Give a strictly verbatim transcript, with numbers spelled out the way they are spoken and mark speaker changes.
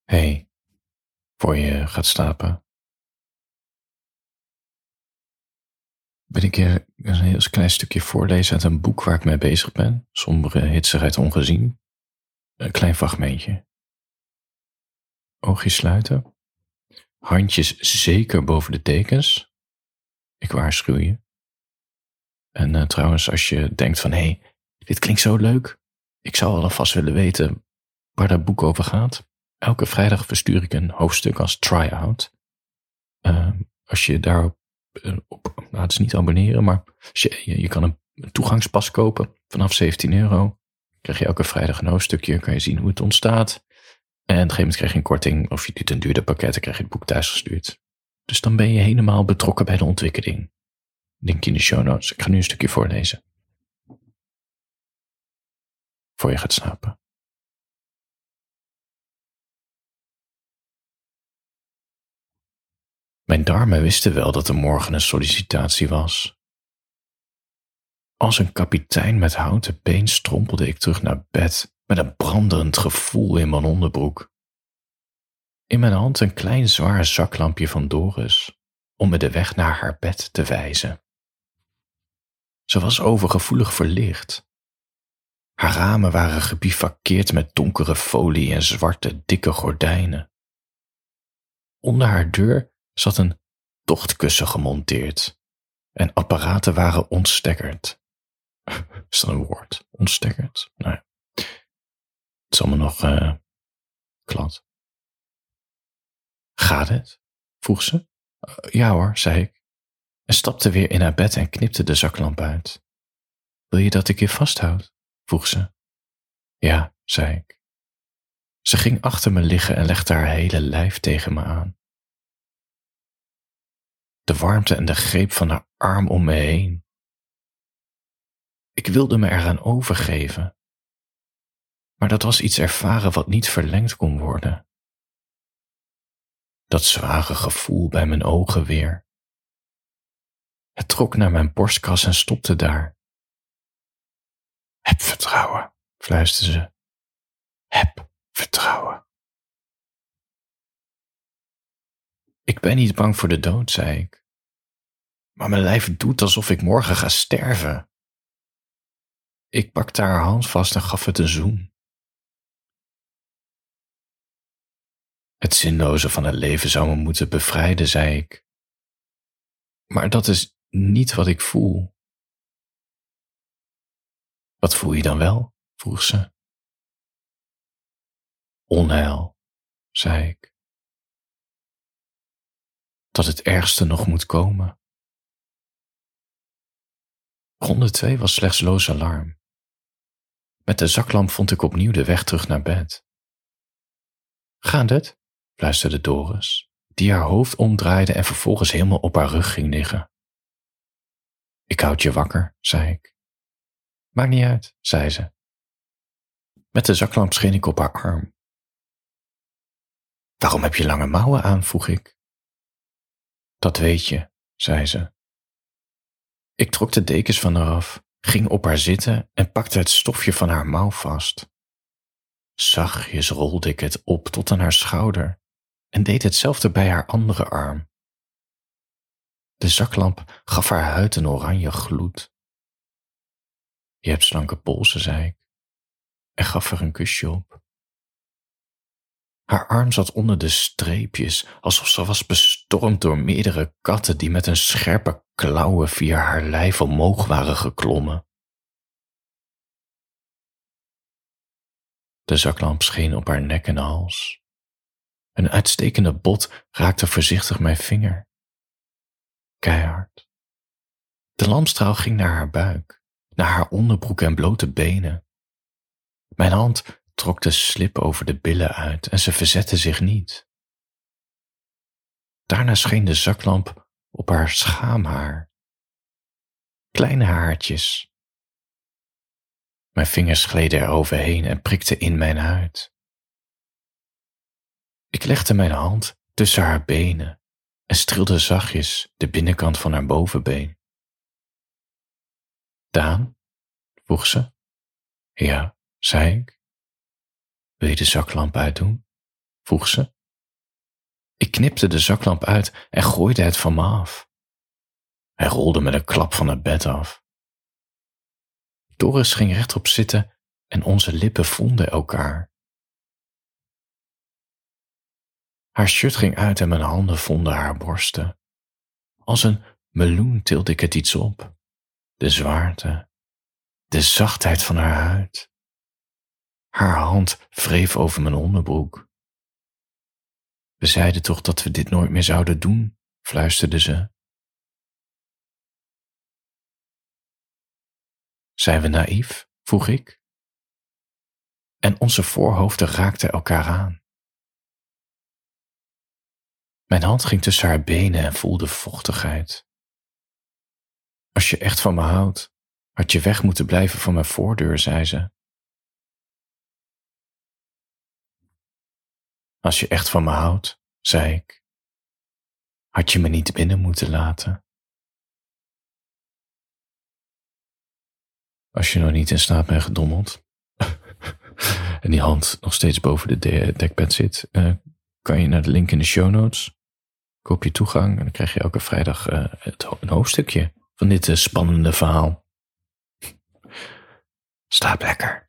Speaker 1: Hey, voor je gaat slapen, wil ik je een heel klein stukje voorlezen uit een boek waar ik mee bezig ben. Sombere hitsigheid ongezien. Een klein fragmentje. Oogjes sluiten. Handjes zeker boven de dekens. Ik waarschuw je. En uh, trouwens, als je denkt van, hé, hey, dit klinkt zo leuk. Ik zou wel alvast willen weten waar dat boek over gaat. Elke vrijdag verstuur ik een hoofdstuk als try-out. Uh, als je daarop, uh, op, nou, het is niet abonneren, maar als je, je, je kan een, een toegangspas kopen vanaf zeventien euro. Krijg je elke vrijdag een hoofdstukje, kan je zien hoe het ontstaat. En op een gegeven moment krijg je een korting, of je doet een duurder pakket, dan krijg je het boek thuisgestuurd. Dus dan ben je helemaal betrokken bij de ontwikkeling. Link in de show notes. Ik ga nu een stukje voorlezen. Voor je gaat slapen. Mijn darmen wisten wel dat er morgen een sollicitatie was. Als een kapitein met houten been strompelde ik terug naar bed met een branderend gevoel in mijn onderbroek. In mijn hand een klein zwaar zaklampje van Doris om me de weg naar haar bed te wijzen. Ze was overgevoelig verlicht. Haar ramen waren gebivakkeerd met donkere folie en zwarte, dikke gordijnen. Onder haar deur zat een tochtkussen gemonteerd en apparaten waren ontstekkerd. Is dat een woord? Ontstekkerd? Nou ja. Het is allemaal nog uh, glad. Gaat het? Vroeg ze. Uh, ja hoor, zei ik. En stapte weer in haar bed en knipte de zaklamp uit. Wil je dat ik je vasthoud? Vroeg ze. Ja, zei ik. Ze ging achter me liggen en legde haar hele lijf tegen me aan. De warmte en de greep van haar arm om me heen. Ik wilde me eraan overgeven. Maar dat was iets ervaren wat niet verlengd kon worden. Dat zware gevoel bij mijn ogen weer. Het trok naar mijn borstkas en stopte daar. Heb vertrouwen, fluisterde ze. Heb vertrouwen. Ik ben niet bang voor de dood, zei ik. Maar mijn lijf doet alsof ik morgen ga sterven. Ik pakte haar hand vast en gaf het een zoen. Het zinloze van het leven zou me moeten bevrijden, zei ik. Maar dat is niet wat ik voel. Wat voel je dan wel? Vroeg ze. Onheil, zei ik. Dat het ergste nog moet komen. Ronde twee was slechts loos alarm. Met de zaklamp vond ik opnieuw de weg terug naar bed. Gaat het? Fluisterde Doris, die haar hoofd omdraaide en vervolgens helemaal op haar rug ging liggen. Ik houd je wakker, zei ik. Maakt niet uit, zei ze. Met de zaklamp scheen ik op haar arm. Waarom heb je lange mouwen aan, vroeg ik. Dat weet je, zei ze. Ik trok de dekens van haar af, ging op haar zitten en pakte het stofje van haar mouw vast. Zachtjes rolde ik het op tot aan haar schouder en deed hetzelfde bij haar andere arm. De zaklamp gaf haar huid een oranje gloed. Je hebt slanke polsen, zei ik, en gaf er een kusje op. Haar arm zat onder de streepjes, alsof ze was bestormd door meerdere katten die met hun scherpe klauwen via haar lijf omhoog waren geklommen. De zaklamp scheen op haar nek en hals. Een uitstekende bot raakte voorzichtig mijn vinger. Keihard. De lampstraal ging naar haar buik, naar haar onderbroek en blote benen. Mijn hand trok de slip over de billen uit en ze verzette zich niet. Daarna scheen de zaklamp op haar schaamhaar. Kleine haartjes. Mijn vingers gleden er overheen en prikten in mijn huid. Ik legde mijn hand tussen haar benen en streelde zachtjes de binnenkant van haar bovenbeen. Daan? Vroeg ze. Ja, zei ik. Wil je de zaklamp uitdoen? vroeg ze. Ik knipte de zaklamp uit en gooide het van me af. Hij rolde met een klap van het bed af. Doris ging rechtop zitten en onze lippen vonden elkaar. Haar shirt ging uit en mijn handen vonden haar borsten. Als een meloen tilde ik het iets op. De zwaarte, de zachtheid van haar huid. Haar hand wreef over mijn onderbroek. We zeiden toch dat we dit nooit meer zouden doen, fluisterde ze. Zijn we naïef? Vroeg ik. En onze voorhoofden raakten elkaar aan. Mijn hand ging tussen haar benen en voelde vochtigheid. Als je echt van me houdt, had je weg moeten blijven van mijn voordeur, zei ze. Als je echt van me houdt, zei ik, had je me niet binnen moeten laten. Als je nog niet in slaap bent gedommeld en die hand nog steeds boven de de- dekbed zit, uh, kan je naar de link in de show notes. Koop je toegang en dan krijg je elke vrijdag uh, het ho- een hoofdstukje van dit uh, spannende verhaal. Slaap lekker.